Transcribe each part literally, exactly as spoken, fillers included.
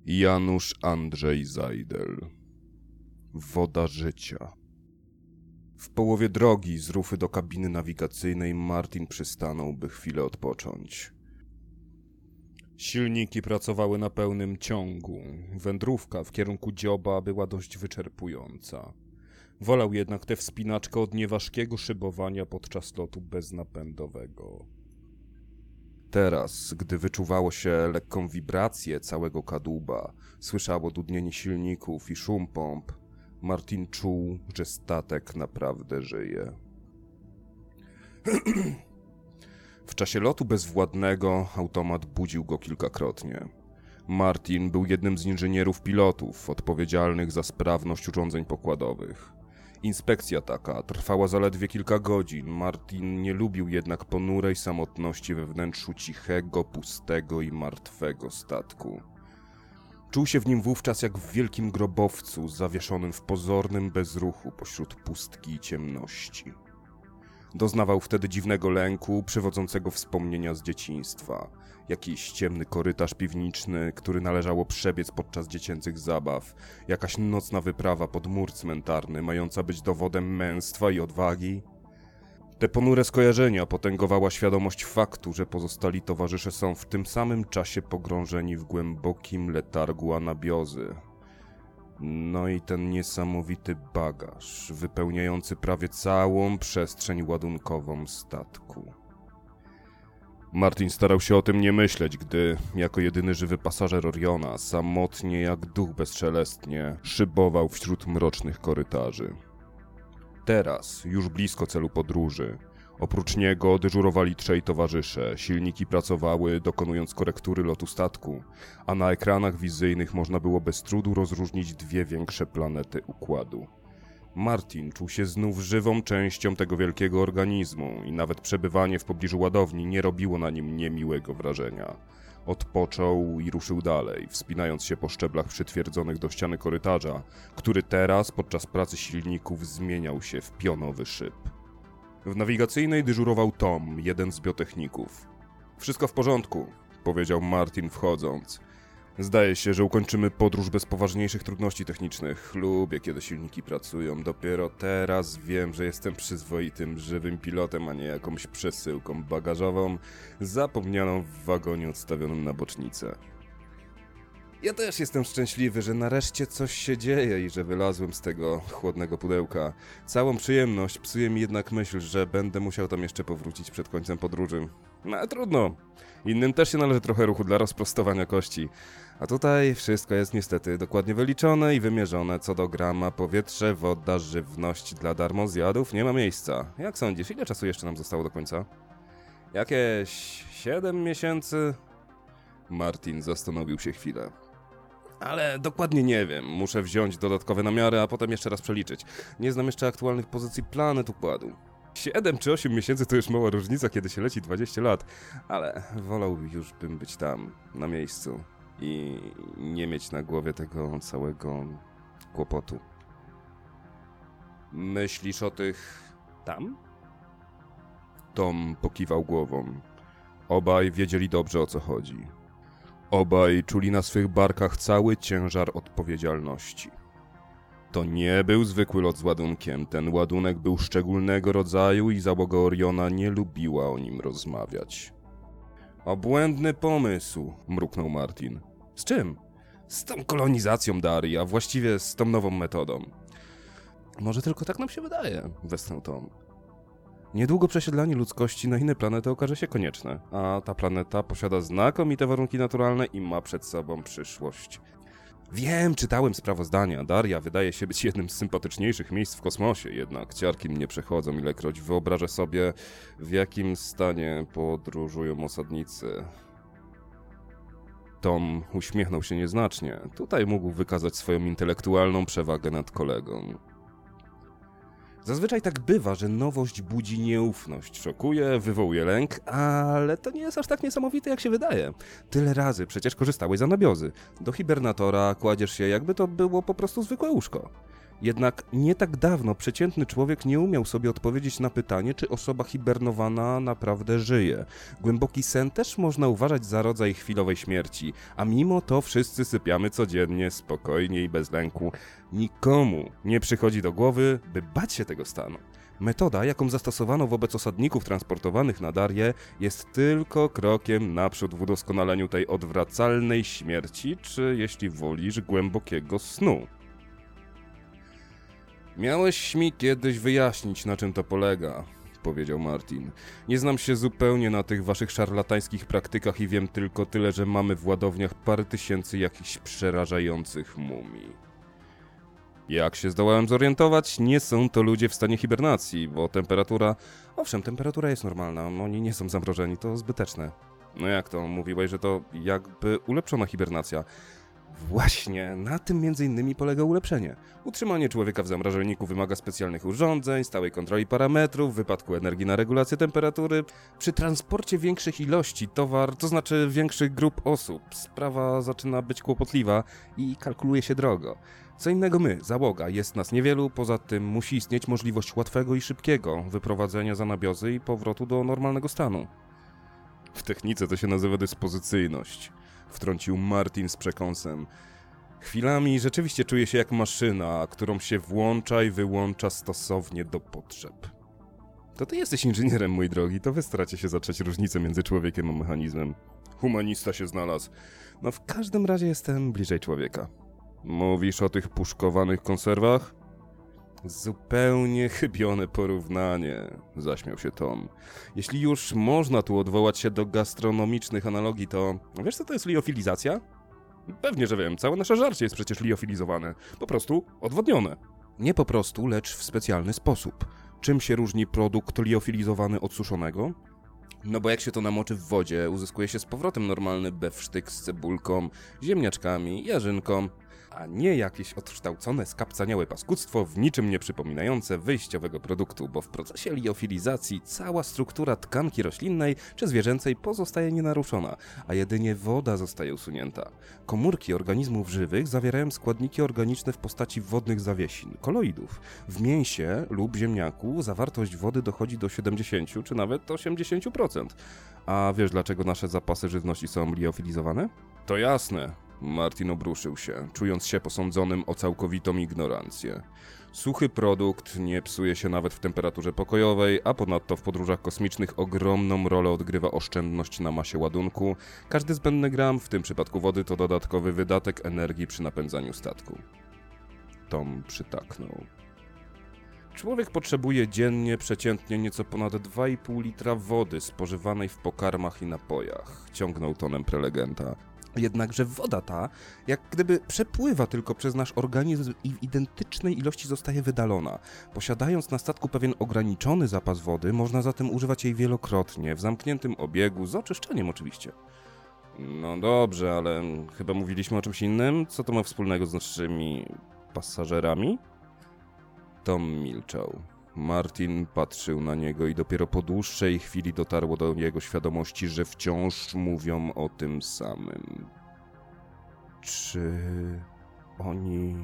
Janusz Andrzej Zajdel. Woda życia. W połowie drogi z rufy do kabiny nawigacyjnej Martin przystanął, by chwilę odpocząć. Silniki pracowały na pełnym ciągu. Wędrówka w kierunku dzioba była dość wyczerpująca. Wolał jednak tę wspinaczkę od nieważkiego szybowania podczas lotu beznapędowego. Teraz, gdy wyczuwało się lekką wibrację całego kadłuba, słyszało dudnienie silników i szum pomp, Martin czuł, że statek naprawdę żyje. W czasie lotu bezwładnego automat budził go kilkakrotnie. Martin był jednym z inżynierów pilotów odpowiedzialnych za sprawność urządzeń pokładowych. Inspekcja taka trwała zaledwie kilka godzin. Martin nie lubił jednak ponurej samotności we wnętrzu cichego, pustego i martwego statku. Czuł się w nim wówczas jak w wielkim grobowcu zawieszonym w pozornym bezruchu pośród pustki i ciemności. Doznawał wtedy dziwnego lęku, przywodzącego wspomnienia z dzieciństwa. Jakiś ciemny korytarz piwniczny, który należało przebiec podczas dziecięcych zabaw. Jakaś nocna wyprawa pod mur cmentarny, mająca być dowodem męstwa i odwagi. Te ponure skojarzenia potęgowała świadomość faktu, że pozostali towarzysze są w tym samym czasie pogrążeni w głębokim letargu anabiozy. No i ten niesamowity bagaż, wypełniający prawie całą przestrzeń ładunkową statku. Martin starał się o tym nie myśleć, gdy, jako jedyny żywy pasażer Oriona, samotnie jak duch bezszelestnie, szybował wśród mrocznych korytarzy. Teraz, już blisko celu podróży, oprócz niego dyżurowali trzej towarzysze, silniki pracowały, dokonując korektury lotu statku, a na ekranach wizyjnych można było bez trudu rozróżnić dwie większe planety układu. Martin czuł się znów żywą częścią tego wielkiego organizmu i nawet przebywanie w pobliżu ładowni nie robiło na nim niemiłego wrażenia. Odpoczął i ruszył dalej, wspinając się po szczeblach przytwierdzonych do ściany korytarza, który teraz, podczas pracy silników, zmieniał się w pionowy szyb. W nawigacyjnej dyżurował Tom, jeden z biotechników. Wszystko w porządku, powiedział Martin wchodząc. Zdaje się, że ukończymy podróż bez poważniejszych trudności technicznych. Lubię, kiedy silniki pracują. Dopiero teraz wiem, że jestem przyzwoitym, żywym pilotem, a nie jakąś przesyłką bagażową zapomnianą w wagonie odstawionym na bocznicę. Ja też jestem szczęśliwy, że nareszcie coś się dzieje i że wylazłem z tego chłodnego pudełka. Całą przyjemność psuje mi jednak myśl, że będę musiał tam jeszcze powrócić przed końcem podróży. No ale trudno. Innym też się należy trochę ruchu dla rozprostowania kości. A tutaj wszystko jest niestety dokładnie wyliczone i wymierzone co do grama. Powietrze, woda, żywność dla darmozjadów nie ma miejsca. Jak sądzisz, ile czasu jeszcze nam zostało do końca? Jakieś siedem miesięcy? Martin zastanowił się chwilę. Ale dokładnie nie wiem. Muszę wziąć dodatkowe namiary, a potem jeszcze raz przeliczyć. Nie znam jeszcze aktualnych pozycji planet układu. Siedem czy osiem miesięcy to już mała różnica, kiedy się leci dwadzieścia lat. Ale wolał już bym być tam, na miejscu i nie mieć na głowie tego całego kłopotu. Myślisz o tych tam? Tom pokiwał głową. Obaj wiedzieli dobrze, o co chodzi. Obaj czuli na swych barkach cały ciężar odpowiedzialności. To nie był zwykły lot z ładunkiem, ten ładunek był szczególnego rodzaju i załoga Oriona nie lubiła o nim rozmawiać. Obłędny pomysł, mruknął Martin. Z czym? Z tą kolonizacją Darii, a właściwie z tą nową metodą. Może tylko tak nam się wydaje, westchnął Tom. Niedługo przesiedlanie ludzkości na inne planety okaże się konieczne, a ta planeta posiada znakomite warunki naturalne i ma przed sobą przyszłość. Wiem, czytałem sprawozdania. Daria wydaje się być jednym z sympatyczniejszych miejsc w kosmosie, jednak ciarki mnie przechodzą, ilekroć wyobrażę sobie, w jakim stanie podróżują osadnicy. Tom uśmiechnął się nieznacznie. Tutaj mógł wykazać swoją intelektualną przewagę nad kolegą. Zazwyczaj tak bywa, że nowość budzi nieufność, szokuje, wywołuje lęk, ale to nie jest aż tak niesamowite, jak się wydaje. Tyle razy przecież korzystałeś z anabiozy. Do hibernatora kładziesz się, jakby to było po prostu zwykłe łóżko. Jednak nie tak dawno przeciętny człowiek nie umiał sobie odpowiedzieć na pytanie, czy osoba hibernowana naprawdę żyje. Głęboki sen też można uważać za rodzaj chwilowej śmierci, a mimo to wszyscy sypiamy codziennie, spokojnie i bez lęku. Nikomu nie przychodzi do głowy, by bać się tego stanu. Metoda, jaką zastosowano wobec osadników transportowanych na Darię, jest tylko krokiem naprzód w udoskonaleniu tej odwracalnej śmierci, czy jeśli wolisz, głębokiego snu. Miałeś mi kiedyś wyjaśnić, na czym to polega, powiedział Martin. Nie znam się zupełnie na tych waszych szarlatańskich praktykach i wiem tylko tyle, że mamy w ładowniach parę tysięcy jakichś przerażających mumii. Jak się zdołałem zorientować, nie są to ludzie w stanie hibernacji, bo temperatura... Owszem, temperatura jest normalna, oni nie są zamrożeni, to zbyteczne. No jak to? Mówiłeś, że to jakby ulepszona hibernacja. Właśnie, na tym między innymi polega ulepszenie. Utrzymanie człowieka w zamrażalniku wymaga specjalnych urządzeń, stałej kontroli parametrów, wypadku energii na regulację temperatury. Przy transporcie większych ilości towar, to znaczy większych grup osób, sprawa zaczyna być kłopotliwa i kalkuluje się drogo. Co innego my, załoga, jest nas niewielu, poza tym musi istnieć możliwość łatwego i szybkiego wyprowadzenia z anabiozy i powrotu do normalnego stanu. W technice to się nazywa dyspozycyjność, wtrącił Martin z przekąsem. Chwilami rzeczywiście czuję się jak maszyna, którą się włącza i wyłącza stosownie do potrzeb. To ty jesteś inżynierem, mój drogi, to wy staracie się zacząć różnicę między człowiekiem a mechanizmem. Humanista się znalazł. No w każdym razie jestem bliżej człowieka. Mówisz o tych puszkowanych konserwach? Zupełnie chybione porównanie, zaśmiał się Tom. Jeśli już można tu odwołać się do gastronomicznych analogii, to wiesz co to jest liofilizacja? Pewnie, że wiem, całe nasze żarcie jest przecież liofilizowane, po prostu odwodnione. Nie po prostu, lecz w specjalny sposób. Czym się różni produkt liofilizowany od suszonego? No bo jak się to namoczy w wodzie, uzyskuje się z powrotem normalny bewsztyk z cebulką, ziemniaczkami, jarzynką, a nie jakieś odkształcone, skapcaniałe paskudztwo w niczym nie przypominające wyjściowego produktu, bo w procesie liofilizacji cała struktura tkanki roślinnej czy zwierzęcej pozostaje nienaruszona, a jedynie woda zostaje usunięta. Komórki organizmów żywych zawierają składniki organiczne w postaci wodnych zawiesin, koloidów. W mięsie lub ziemniaku zawartość wody dochodzi do siedemdziesiąt czy nawet osiemdziesiąt procent. A wiesz dlaczego nasze zapasy żywności są liofilizowane? To jasne. Martin obruszył się, czując się posądzonym o całkowitą ignorancję. Suchy produkt nie psuje się nawet w temperaturze pokojowej, a ponadto w podróżach kosmicznych ogromną rolę odgrywa oszczędność na masie ładunku. Każdy zbędny gram, w tym przypadku wody, to dodatkowy wydatek energii przy napędzaniu statku. Tom przytaknął. Człowiek potrzebuje dziennie przeciętnie nieco ponad dwa i pół litra wody spożywanej w pokarmach i napojach, ciągnął tonem prelegenta. Jednakże woda ta, jak gdyby przepływa tylko przez nasz organizm i w identycznej ilości zostaje wydalona. Posiadając na statku pewien ograniczony zapas wody, można zatem używać jej wielokrotnie, w zamkniętym obiegu, z oczyszczeniem oczywiście. No dobrze, ale chyba mówiliśmy o czymś innym? Co to ma wspólnego z naszymi pasażerami? Tom milczał. Martin patrzył na niego i dopiero po dłuższej chwili dotarło do jego świadomości, że wciąż mówią o tym samym. Czy oni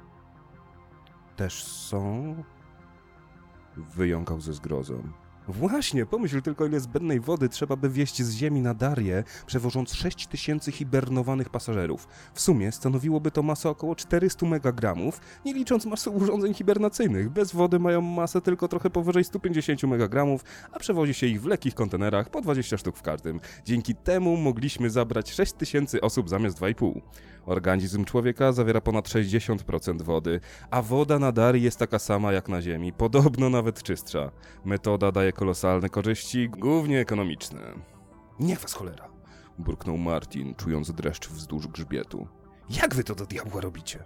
też są? Wyjąkał ze zgrozą. Właśnie, pomyśl tylko, ile zbędnej wody trzeba by wieźć z ziemi na Darię, przewożąc sześć tysięcy hibernowanych pasażerów. W sumie stanowiłoby to masę około czterysta megagramów, nie licząc masy urządzeń hibernacyjnych. Bez wody mają masę tylko trochę powyżej sto pięćdziesiąt megagramów, a przewozi się ich w lekkich kontenerach po dwadzieścia sztuk w każdym. Dzięki temu mogliśmy zabrać sześć tysięcy osób zamiast dwa i pół. Organizm człowieka zawiera ponad sześćdziesiąt procent wody, a woda na Darii jest taka sama jak na Ziemi, podobno nawet czystsza. Metoda daje kolosalne korzyści, głównie ekonomiczne. Niech was cholera, burknął Martin, czując dreszcz wzdłuż grzbietu. Jak wy to do diabła robicie?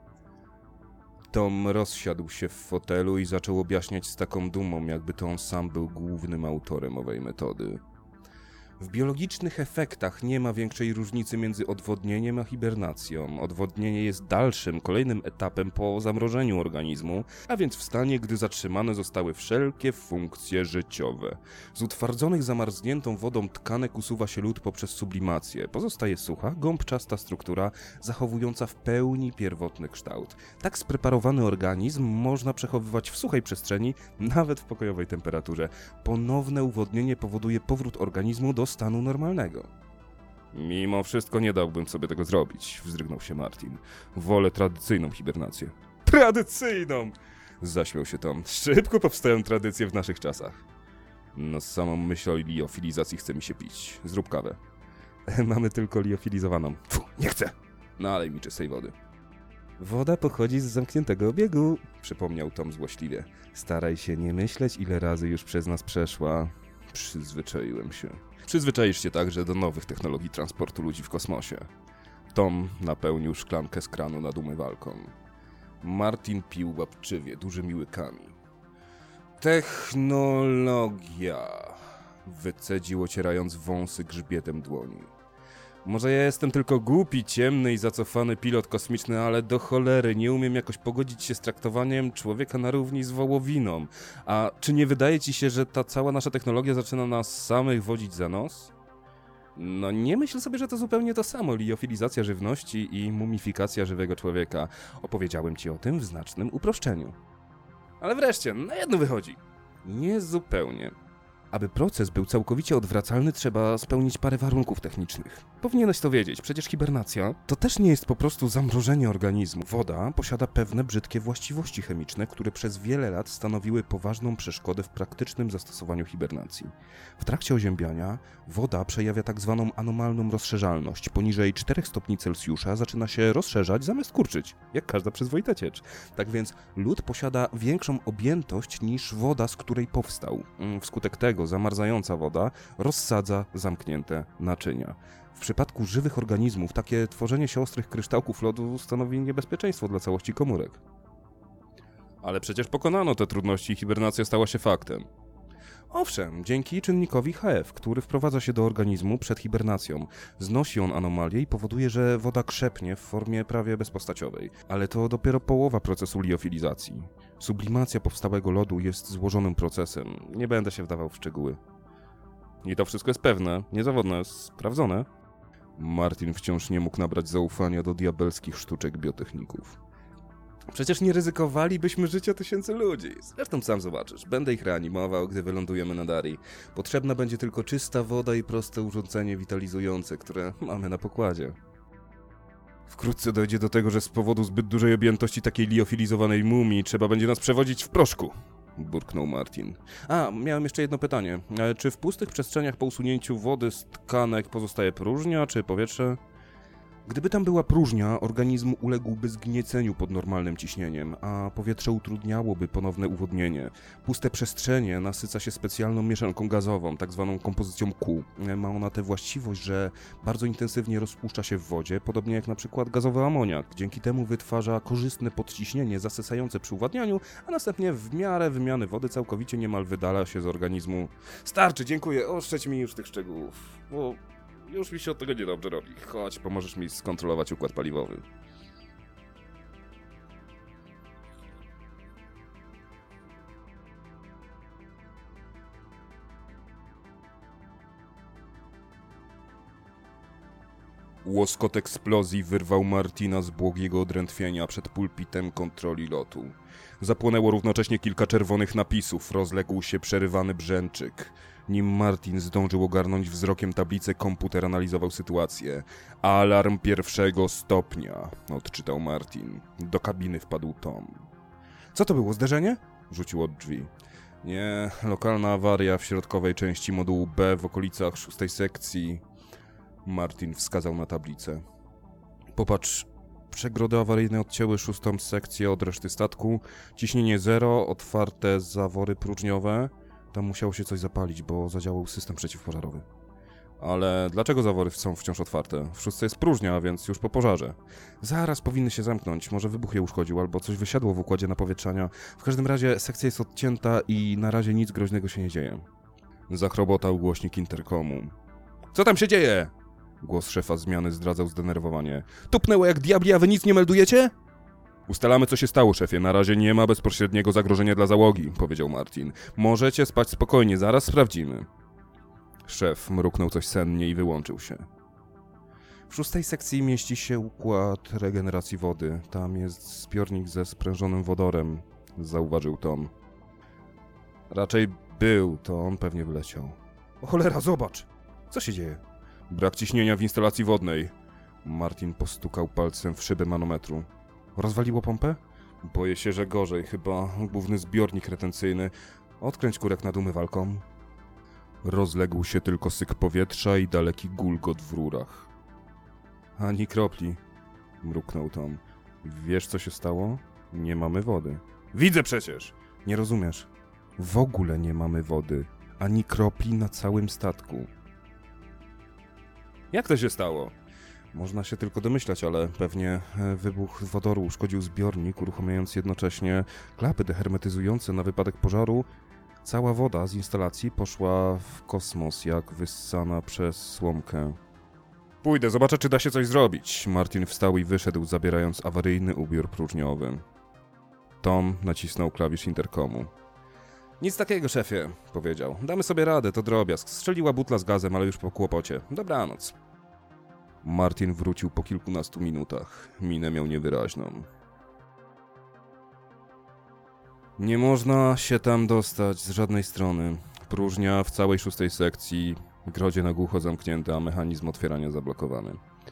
Tom rozsiadł się w fotelu i zaczął objaśniać z taką dumą, jakby to on sam był głównym autorem owej metody. W biologicznych efektach nie ma większej różnicy między odwodnieniem a hibernacją. Odwodnienie jest dalszym, kolejnym etapem po zamrożeniu organizmu, a więc w stanie, gdy zatrzymane zostały wszelkie funkcje życiowe. Z utwardzonych zamarzniętą wodą tkanek usuwa się lód poprzez sublimację. Pozostaje sucha, gąbczasta struktura, zachowująca w pełni pierwotny kształt. Tak spreparowany organizm można przechowywać w suchej przestrzeni, nawet w pokojowej temperaturze. Ponowne uwodnienie powoduje powrót organizmu do stanu normalnego. Mimo wszystko nie dałbym sobie tego zrobić, wzdrygnął się Martin. Wolę tradycyjną hibernację. Tradycyjną! Zaśmiał się Tom. Szybko powstają tradycje w naszych czasach. No z samą myśl o liofilizacji chce mi się pić. Zrób kawę. Mamy tylko liofilizowaną. Fu, nie chcę! Nalej mi czystej wody. Woda pochodzi z zamkniętego obiegu, przypomniał Tom złośliwie. Staraj się nie myśleć, ile razy już przez nas przeszła. Przyzwyczaiłem się. Przyzwyczaisz się także do nowych technologii transportu ludzi w kosmosie. Tom napełnił szklankę z kranu nad umywalką. Martin pił łapczywie, dużymi łykami. Technologia, wycedził, ocierając wąsy grzbietem dłoni. Może ja jestem tylko głupi, ciemny i zacofany pilot kosmiczny, ale do cholery nie umiem jakoś pogodzić się z traktowaniem człowieka na równi z wołowiną. A czy nie wydaje ci się, że ta cała nasza technologia zaczyna nas samych wodzić za nos? No nie myśl sobie, że to zupełnie to samo, liofilizacja żywności i mumifikacja żywego człowieka. Opowiedziałem ci o tym w znacznym uproszczeniu. Ale wreszcie, na jedno wychodzi. Nie zupełnie. Aby proces był całkowicie odwracalny, trzeba spełnić parę warunków technicznych. Powinieneś to wiedzieć, przecież hibernacja to też nie jest po prostu zamrożenie organizmu. Woda posiada pewne brzydkie właściwości chemiczne, które przez wiele lat stanowiły poważną przeszkodę w praktycznym zastosowaniu hibernacji. W trakcie oziębiania woda przejawia tak zwaną anomalną rozszerzalność. Poniżej czterech stopni Celsjusza zaczyna się rozszerzać zamiast kurczyć, jak każda przyzwoita ciecz. Tak więc lód posiada większą objętość niż woda, z której powstał. Wskutek tego zamarzająca woda rozsadza zamknięte naczynia. W przypadku żywych organizmów takie tworzenie się ostrych kryształków lodu stanowi niebezpieczeństwo dla całości komórek. Ale przecież pokonano te trudności i hibernacja stała się faktem. Owszem, dzięki czynnikowi H F, który wprowadza się do organizmu przed hibernacją. Znosi on anomalię i powoduje, że woda krzepnie w formie prawie bezpostaciowej. Ale to dopiero połowa procesu liofilizacji. Sublimacja powstałego lodu jest złożonym procesem. Nie będę się wdawał w szczegóły. I to wszystko jest pewne, niezawodne, sprawdzone. Martin wciąż nie mógł nabrać zaufania do diabelskich sztuczek biotechników. Przecież nie ryzykowalibyśmy życia tysięcy ludzi. Zresztą sam zobaczysz, będę ich reanimował, gdy wylądujemy na Darii. Potrzebna będzie tylko czysta woda i proste urządzenie witalizujące, które mamy na pokładzie. Wkrótce dojdzie do tego, że z powodu zbyt dużej objętości takiej liofilizowanej mumii trzeba będzie nas przewodzić w proszku, burknął Martin. A, miałem jeszcze jedno pytanie. Czy w pustych przestrzeniach po usunięciu wody z tkanek pozostaje próżnia, czy powietrze? Gdyby tam była próżnia, organizm uległby zgnieceniu pod normalnym ciśnieniem, a powietrze utrudniałoby ponowne uwodnienie. Puste przestrzenie nasyca się specjalną mieszanką gazową, tak zwaną kompozycją Q. Ma ona tę właściwość, że bardzo intensywnie rozpuszcza się w wodzie, podobnie jak na przykład gazowy amoniak. Dzięki temu wytwarza korzystne podciśnienie zasysające przy uwadnianiu, a następnie w miarę wymiany wody całkowicie niemal wydala się z organizmu. Starczy, dziękuję, oszczędź mi już tych szczegółów, bo... Już mi się od tego niedobrze robi. Chodź, pomożesz mi skontrolować układ paliwowy. Łoskot eksplozji wyrwał Martina z błogiego odrętwienia przed pulpitem kontroli lotu. Zapłonęło równocześnie kilka czerwonych napisów, rozległ się przerywany brzęczyk. Nim Martin zdążył ogarnąć wzrokiem tablicę, komputer analizował sytuację. Alarm pierwszego stopnia, odczytał Martin. Do kabiny wpadł Tom. Co to było, zderzenie? Rzucił od drzwi. Nie, lokalna awaria w środkowej części modułu B w okolicach szóstej sekcji. Martin wskazał na tablicę. Popatrz, przegrody awaryjne odcięły szóstą sekcję od reszty statku. Ciśnienie zero, otwarte zawory próżniowe. Tam musiało się coś zapalić, bo zadziałał system przeciwpożarowy. Ale dlaczego zawory są wciąż otwarte? W szóstce jest próżnia, więc już po pożarze. Zaraz powinny się zamknąć, może wybuch je uszkodził, albo coś wysiadło w układzie napowietrzania. W każdym razie sekcja jest odcięta i na razie nic groźnego się nie dzieje. Zachrobotał głośnik interkomu. Co tam się dzieje? Głos szefa zmiany zdradzał zdenerwowanie. Tupnęło jak diabli, a wy nic nie meldujecie? Ustalamy, co się stało, szefie. Na razie nie ma bezpośredniego zagrożenia dla załogi, powiedział Martin. Możecie spać spokojnie, zaraz sprawdzimy. Szef mruknął coś sennie i wyłączył się. W szóstej sekcji mieści się układ regeneracji wody. Tam jest zbiornik ze sprężonym wodorem, zauważył Tom. Raczej był, to on pewnie wleciał. O cholera, zobacz! Co się dzieje? Brak ciśnienia w instalacji wodnej. Martin postukał palcem w szybę manometru. Rozwaliło pompę? Boję się, że gorzej. Chyba główny zbiornik retencyjny. Odkręć kurek nad umywalką. Rozległ się tylko syk powietrza i daleki gulgot w rurach. Ani kropli, mruknął Tom. Wiesz, co się stało? Nie mamy wody. Widzę przecież! Nie rozumiesz. W ogóle nie mamy wody. Ani kropli na całym statku. Jak to się stało? Można się tylko domyślać, ale pewnie wybuch wodoru uszkodził zbiornik, uruchamiając jednocześnie klapy dehermetyzujące na wypadek pożaru. Cała woda z instalacji poszła w kosmos, jak wyssana przez słomkę. Pójdę, zobaczę, czy da się coś zrobić. Martin wstał i wyszedł, zabierając awaryjny ubiór próżniowy. Tom nacisnął klawisz interkomu. Nic takiego, szefie, powiedział. Damy sobie radę, to drobiazg. Strzeliła butla z gazem, ale już po kłopocie. Dobranoc. Martin wrócił po kilkunastu minutach. Minę miał niewyraźną. Nie można się tam dostać z żadnej strony. Próżnia w całej szóstej sekcji, grodzie na głucho zamknięte, a mechanizm otwierania zablokowany.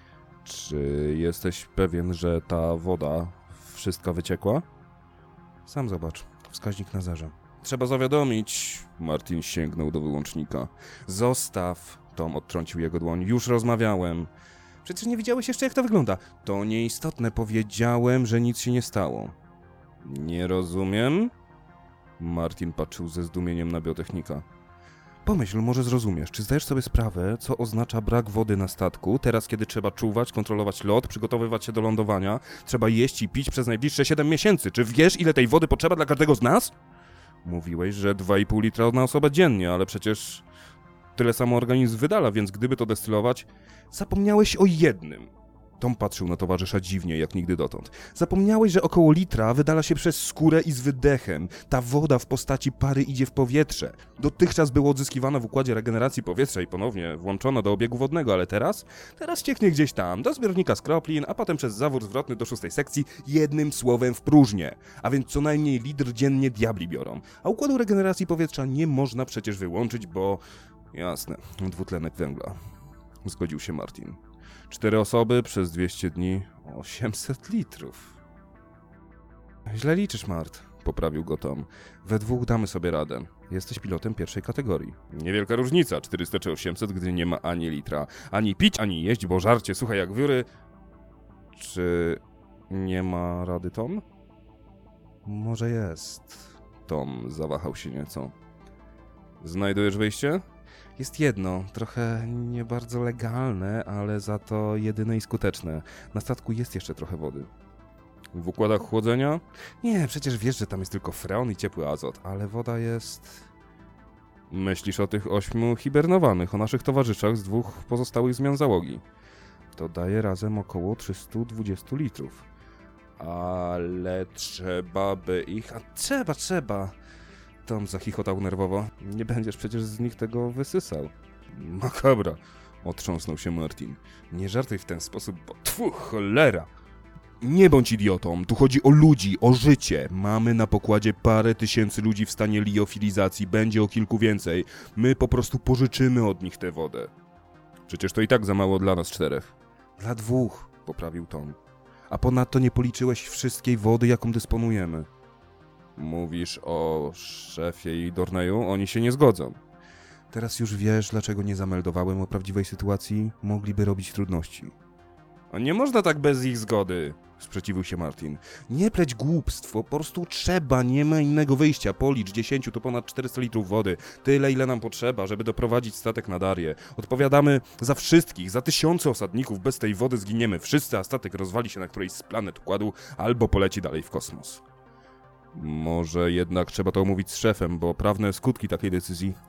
Czy jesteś pewien, że ta woda wszystka wyciekła? Sam zobacz. Wskaźnik na zerze. Trzeba zawiadomić. Martin sięgnął do wyłącznika. Zostaw. Tom odtrącił jego dłoń. Już rozmawiałem. Przecież nie widziałeś jeszcze, jak to wygląda. To nieistotne. Powiedziałem, że nic się nie stało. Nie rozumiem. Martin patrzył ze zdumieniem na biotechnika. Pomyśl, może zrozumiesz. Czy zdajesz sobie sprawę, co oznacza brak wody na statku, teraz kiedy trzeba czuwać, kontrolować lot, przygotowywać się do lądowania, trzeba jeść i pić przez najbliższe siedem miesięcy. Czy wiesz, ile tej wody potrzeba dla każdego z nas? Mówiłeś, że dwa i pół litra na osobę dziennie, ale przecież tyle samo organizm wydala, więc gdyby to destylować... Zapomniałeś o jednym. Tom patrzył na towarzysza dziwnie, jak nigdy dotąd. Zapomniałeś, że około litra wydala się przez skórę i z wydechem. Ta woda w postaci pary idzie w powietrze. Dotychczas było odzyskiwana w układzie regeneracji powietrza i ponownie włączona do obiegu wodnego, ale teraz? Teraz cieknie gdzieś tam, do zbiornika skroplin, a potem przez zawór zwrotny do szóstej sekcji, jednym słowem w próżnię. A więc co najmniej litr dziennie diabli biorą. A układu regeneracji powietrza nie można przecież wyłączyć, bo... Jasne, dwutlenek węgla. Zgodził się Martin. Cztery osoby przez dwieście dni, osiemset litrów. Źle liczysz, Mart, poprawił go Tom. We dwóch damy sobie radę. Jesteś pilotem pierwszej kategorii. Niewielka różnica, czterysta czy osiemset, gdy nie ma ani litra. Ani pić, ani jeść, bo żarcie suche jak wióry. Czy nie ma rady, Tom? Może jest. Tom zawahał się nieco. Znajdujesz wyjście? Jest jedno, trochę nie bardzo legalne, ale za to jedyne i skuteczne. Na statku jest jeszcze trochę wody. W układach chłodzenia? Nie, przecież wiesz, że tam jest tylko freon i ciepły azot, ale woda jest... Myślisz o tych ośmiu hibernowanych, o naszych towarzyszach z dwóch pozostałych zmian załogi. To daje razem około trzysta dwadzieścia litrów. Ale trzeba by ich... A trzeba, trzeba... Tom zachichotał nerwowo. Nie będziesz przecież z nich tego wysysał. Makabra, otrząsnął się Martin. Nie żartuj w ten sposób, bo tfu, cholera. Nie bądź idiotą, tu chodzi o ludzi, o życie. Mamy na pokładzie parę tysięcy ludzi w stanie liofilizacji, będzie o kilku więcej. My po prostu pożyczymy od nich tę wodę. Przecież to i tak za mało dla nas czterech. Dla dwóch, poprawił Tom. A ponadto nie policzyłeś wszystkiej wody, jaką dysponujemy. Mówisz o szefie i Dorneju? Oni się nie zgodzą. Teraz już wiesz, dlaczego nie zameldowałem o prawdziwej sytuacji? Mogliby robić trudności. A nie można tak bez ich zgody, sprzeciwił się Martin. Nie pleć głupstwo, po prostu trzeba, nie ma innego wyjścia. Policz dziesięciu to ponad czterysta litrów wody. Tyle, ile nam potrzeba, żeby doprowadzić statek na Darię. Odpowiadamy za wszystkich, za tysiące osadników. Bez tej wody zginiemy wszyscy, a statek rozwali się na którejś z planet układu albo poleci dalej w kosmos. Może jednak trzeba to omówić z szefem, bo prawne skutki takiej decyzji...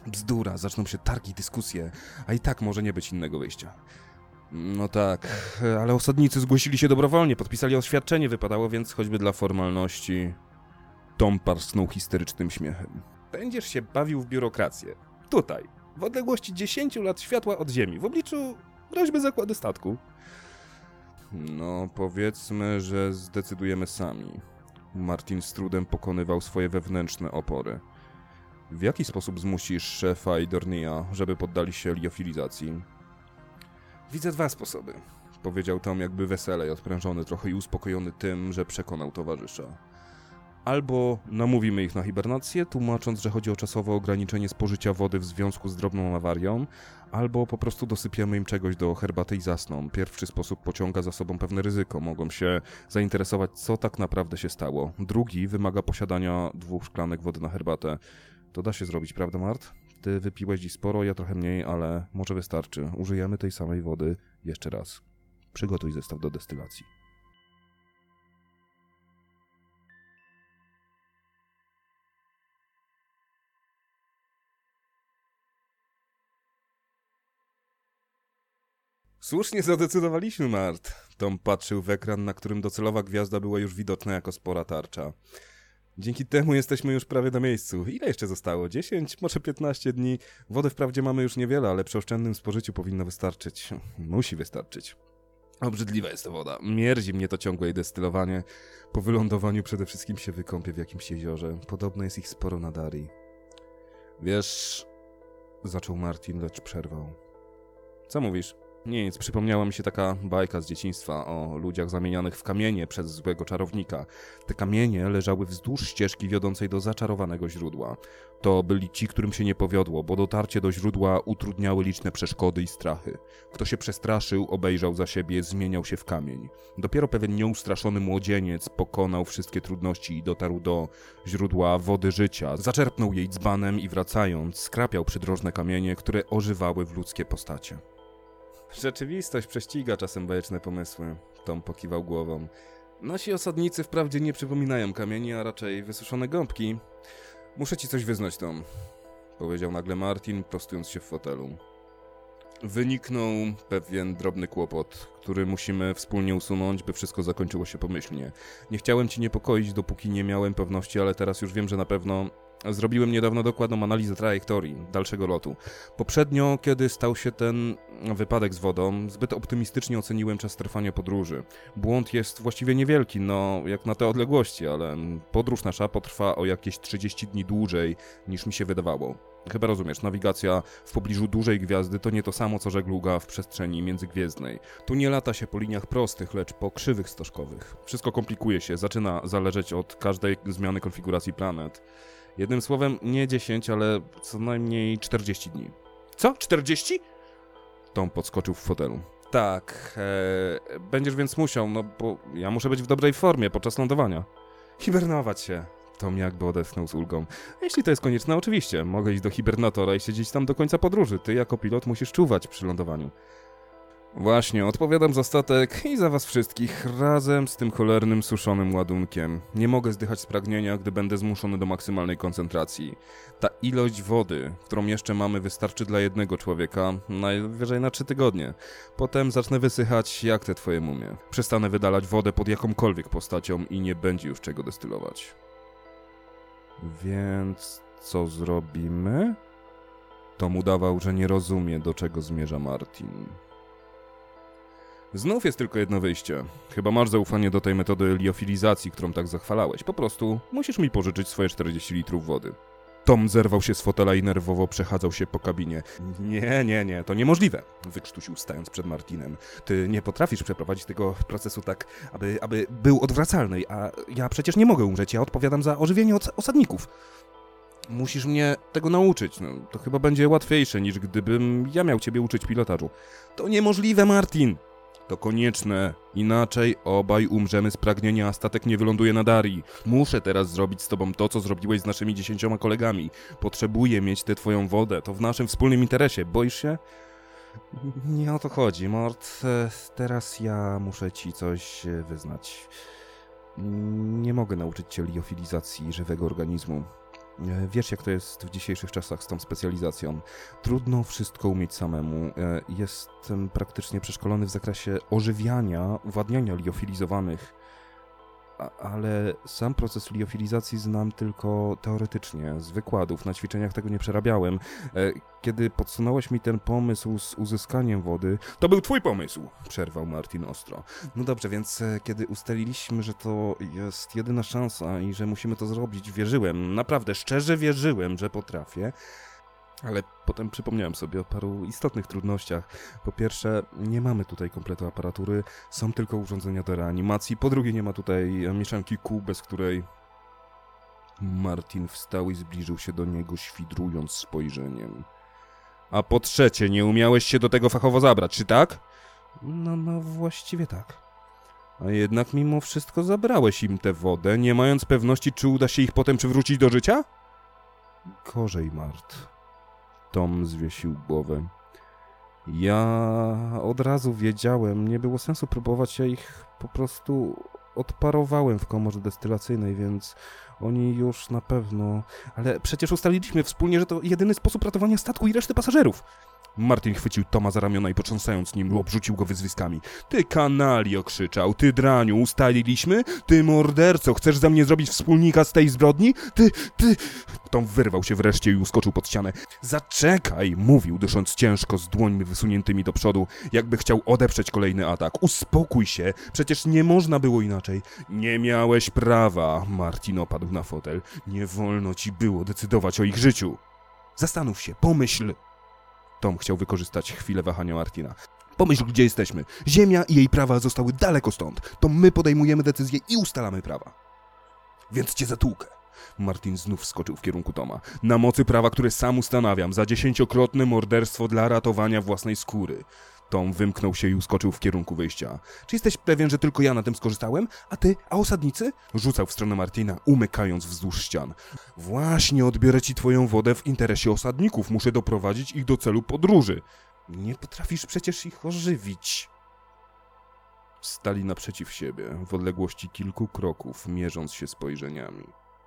Bzdura, zaczną się targi i dyskusje, a i tak może nie być innego wyjścia. No tak, ale osadnicy zgłosili się dobrowolnie, podpisali oświadczenie, wypadało więc choćby dla formalności. Tom parsknął histerycznym śmiechem. Będziesz się bawił w biurokrację. Tutaj, w odległości dziesięciu lat światła od ziemi, w obliczu groźby zakładu statku. No, powiedzmy, że zdecydujemy sami. Martin z trudem pokonywał swoje wewnętrzne opory. W jaki sposób zmusisz szefa i Dornia, żeby poddali się liofilizacji? Widzę dwa sposoby, powiedział Tom jakby weselej, odprężony trochę i uspokojony tym, że przekonał towarzysza. Albo namówimy ich na hibernację, tłumacząc, że chodzi o czasowe ograniczenie spożycia wody w związku z drobną awarią, albo po prostu dosypiemy im czegoś do herbaty i zasną. Pierwszy sposób pociąga za sobą pewne ryzyko, mogą się zainteresować, co tak naprawdę się stało. Drugi wymaga posiadania dwóch szklanek wody na herbatę. To da się zrobić, prawda, Mart? Ty wypiłeś dziś sporo, ja trochę mniej, ale może wystarczy. Użyjemy tej samej wody jeszcze raz. Przygotuj zestaw do destylacji. Słusznie zadecydowaliśmy, Mart. Tom patrzył w ekran, na którym docelowa gwiazda była już widoczna jako spora tarcza. Dzięki temu jesteśmy już prawie na miejscu. Ile jeszcze zostało? dziesięć, może piętnaście dni? Wody wprawdzie mamy już niewiele, ale przy oszczędnym spożyciu powinno wystarczyć. Musi wystarczyć. Obrzydliwa jest to woda. Mierzi mnie to ciągłe jej destylowanie. Po wylądowaniu przede wszystkim się wykąpię w jakimś jeziorze. Podobno jest ich sporo na Darii. Wiesz... Zaczął Martin, lecz przerwał. Co mówisz? Nic, przypomniała mi się taka bajka z dzieciństwa o ludziach zamienianych w kamienie przez złego czarownika. Te kamienie leżały wzdłuż ścieżki wiodącej do zaczarowanego źródła. To byli ci, którym się nie powiodło, bo dotarcie do źródła utrudniały liczne przeszkody i strachy. Kto się przestraszył, obejrzał za siebie, zmieniał się w kamień. Dopiero pewien nieustraszony młodzieniec pokonał wszystkie trudności i dotarł do źródła wody życia. Zaczerpnął jej dzbanem i wracając, skrapiał przydrożne kamienie, które ożywały w ludzkie postacie. Rzeczywistość prześciga czasem bajeczne pomysły. Tom pokiwał głową. Nasi osadnicy wprawdzie nie przypominają kamieni, a raczej wysuszone gąbki. Muszę ci coś wyznać, Tom, powiedział nagle Martin, prostując się w fotelu. Wyniknął pewien drobny kłopot, który musimy wspólnie usunąć, by wszystko zakończyło się pomyślnie. Nie chciałem ci niepokoić, dopóki nie miałem pewności, ale teraz już wiem, że na pewno... Zrobiłem niedawno dokładną analizę trajektorii dalszego lotu. Poprzednio, kiedy stał się ten wypadek z wodą, zbyt optymistycznie oceniłem czas trwania podróży. Błąd jest właściwie niewielki, no jak na te odległości, ale podróż nasza potrwa o jakieś trzydzieści dni dłużej niż mi się wydawało. Chyba rozumiesz, nawigacja w pobliżu dużej gwiazdy to nie to samo co żegluga w przestrzeni międzygwiezdnej. Tu nie lata się po liniach prostych, lecz po krzywych stożkowych. Wszystko komplikuje się, zaczyna zależeć od każdej zmiany konfiguracji planet. Jednym słowem, nie dziesięć, ale co najmniej czterdzieści dni. Co? czterdzieści? Tom podskoczył w fotelu. Tak, ee, będziesz więc musiał, no bo ja muszę być w dobrej formie podczas lądowania. Hibernować się. Tom jakby odetchnął z ulgą. Jeśli to jest konieczne, oczywiście. Mogę iść do hibernatora i siedzieć tam do końca podróży. Ty jako pilot musisz czuwać przy lądowaniu. Właśnie, odpowiadam za statek i za was wszystkich, razem z tym cholernym, suszonym ładunkiem. Nie mogę zdychać z pragnienia, gdy będę zmuszony do maksymalnej koncentracji. Ta ilość wody, którą jeszcze mamy, wystarczy dla jednego człowieka, najwyżej na trzy tygodnie. Potem zacznę wysychać jak te twoje mumie. Przestanę wydalać wodę pod jakąkolwiek postacią i nie będzie już czego destylować. Więc co zrobimy? Tom udawał, że nie rozumie, do czego zmierza Martin. Znów jest tylko jedno wyjście. Chyba masz zaufanie do tej metody liofilizacji, którą tak zachwalałeś. Po prostu musisz mi pożyczyć swoje czterdzieści litrów wody. Tom zerwał się z fotela i nerwowo przechadzał się po kabinie. Nie, nie, nie, to niemożliwe, wykrztusił stając przed Martinem. Ty nie potrafisz przeprowadzić tego procesu tak, aby, aby był odwracalny, a ja przecież nie mogę umrzeć, ja odpowiadam za ożywienie os- osadników. Musisz mnie tego nauczyć, no, to chyba będzie łatwiejsze niż gdybym ja miał ciebie uczyć pilotażu. To niemożliwe, Martin! To konieczne, inaczej obaj umrzemy z pragnienia, a statek nie wyląduje na Darii. Muszę teraz zrobić z tobą to, co zrobiłeś z naszymi dziesięcioma kolegami. Potrzebuję mieć tę twoją wodę, to w naszym wspólnym interesie. Boisz się? Nie o to chodzi, Mort. Teraz ja muszę ci coś wyznać. Nie mogę nauczyć cię liofilizacji żywego organizmu. E, Wiesz, jak to jest w dzisiejszych czasach z tą specjalizacją. Trudno wszystko umieć samemu. E, Jestem praktycznie przeszkolony w zakresie ożywiania, uwadniania liofilizowanych, A, ale sam proces liofilizacji znam tylko teoretycznie, z wykładów, na ćwiczeniach tego nie przerabiałem. E, Kiedy podsunąłeś mi ten pomysł z uzyskaniem wody... To był twój pomysł, przerwał Martin ostro. No dobrze, więc e, kiedy ustaliliśmy, że to jest jedyna szansa i że musimy to zrobić, wierzyłem, naprawdę szczerze wierzyłem, że potrafię. Ale potem przypomniałem sobie o paru istotnych trudnościach. Po pierwsze, nie mamy tutaj kompletu aparatury, są tylko urządzenia do reanimacji. Po drugie, nie ma tutaj mieszanki kół, bez której... Martin wstał i zbliżył się do niego, świdrując spojrzeniem. A po trzecie, nie umiałeś się do tego fachowo zabrać, czy tak? No, no właściwie tak. A jednak mimo wszystko zabrałeś im tę wodę, nie mając pewności, czy uda się ich potem przywrócić do życia? Gorzej, Mart. Tom zwiesił głowę. Ja od razu wiedziałem, nie było sensu próbować, ja ich po prostu odparowałem w komorze destylacyjnej, więc oni już na pewno... Ale przecież ustaliliśmy wspólnie, że to jedyny sposób ratowania statku i reszty pasażerów. Martin chwycił Toma za ramiona i potrząsając nim obrzucił go wyzwiskami. Ty kanalio, krzyczał, ty draniu, ustaliliśmy? Ty morderco, chcesz ze mnie zrobić wspólnika z tej zbrodni? Ty, ty... Tom wyrwał się wreszcie i uskoczył pod ścianę. Zaczekaj, mówił, dysząc ciężko z dłońmi wysuniętymi do przodu, jakby chciał odeprzeć kolejny atak. Uspokój się, przecież nie można było inaczej. Nie miałeś prawa, Martin opadł na fotel. Nie wolno ci było decydować o ich życiu. Zastanów się, pomyśl. Tom chciał wykorzystać chwilę wahania Martina. Pomyśl, gdzie jesteśmy. Ziemia i jej prawa zostały daleko stąd. To my podejmujemy decyzje i ustalamy prawa. Więc cię zatłukę. Martin znów wskoczył w kierunku Toma. Na mocy prawa, które sam ustanawiam, za dziesięciokrotne morderstwo dla ratowania własnej skóry. Tom wymknął się i uskoczył w kierunku wyjścia. Czy jesteś pewien, że tylko ja na tym skorzystałem? A ty? A osadnicy? Rzucał w stronę Martina, umykając wzdłuż ścian. Właśnie odbiorę ci twoją wodę w interesie osadników. Muszę doprowadzić ich do celu podróży. Nie potrafisz przecież ich ożywić. Stali naprzeciw siebie, w odległości kilku kroków, mierząc się spojrzeniami.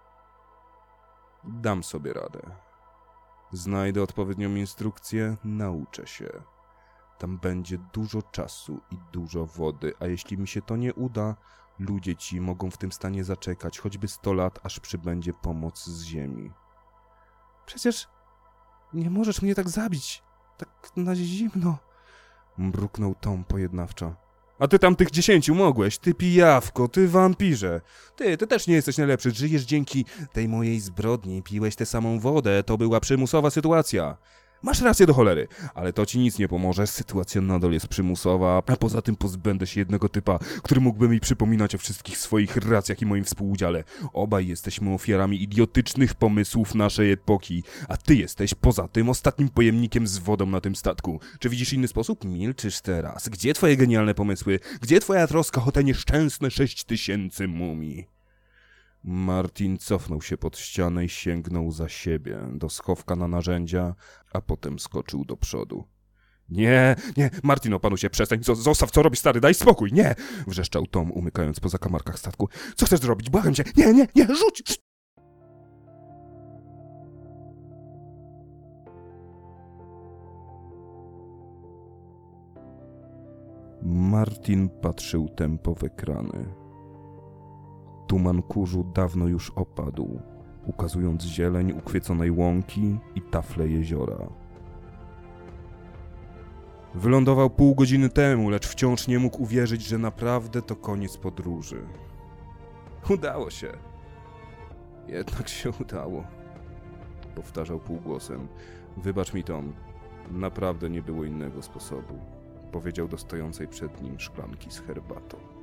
Dam sobie radę. Znajdę odpowiednią instrukcję, nauczę się. Tam będzie dużo czasu i dużo wody, a jeśli mi się to nie uda, ludzie ci mogą w tym stanie zaczekać choćby sto lat, aż przybędzie pomoc z ziemi. Przecież nie możesz mnie tak zabić, tak na zimno, mruknął Tom pojednawczo. A ty tam tych dziesięciu mogłeś, ty pijawko, ty wampirze. Ty, ty też nie jesteś najlepszy, żyjesz dzięki tej mojej zbrodni, piłeś tę samą wodę, to była przymusowa sytuacja. Masz rację do cholery, ale to ci nic nie pomoże, sytuacja nadal jest przymusowa, a poza tym pozbędę się jednego typa, który mógłby mi przypominać o wszystkich swoich racjach i moim współudziale. Obaj jesteśmy ofiarami idiotycznych pomysłów naszej epoki, a ty jesteś poza tym ostatnim pojemnikiem z wodą na tym statku. Czy widzisz inny sposób? Milczysz teraz. Gdzie twoje genialne pomysły? Gdzie twoja troska o te nieszczęsne sześć tysięcy mumii? Martin cofnął się pod ścianę i sięgnął za siebie, do schowka na narzędzia, a potem skoczył do przodu. Nie, nie, Martin, opanu się, przestań, zostaw, co robisz, stary, daj spokój, nie! Wrzeszczał Tom, umykając po zakamarkach statku. Co chcesz zrobić? Błagam cię, nie, nie, nie, rzuć! Martin patrzył tępo w ekrany. Tuman kurzu dawno już opadł, ukazując zieleń ukwieconej łąki i tafle jeziora. Wylądował pół godziny temu, lecz wciąż nie mógł uwierzyć, że naprawdę to koniec podróży. Udało się. Jednak się udało. Powtarzał półgłosem. Wybacz mi, Tom. Naprawdę nie było innego sposobu. Powiedział do stojącej przed nim szklanki z herbatą.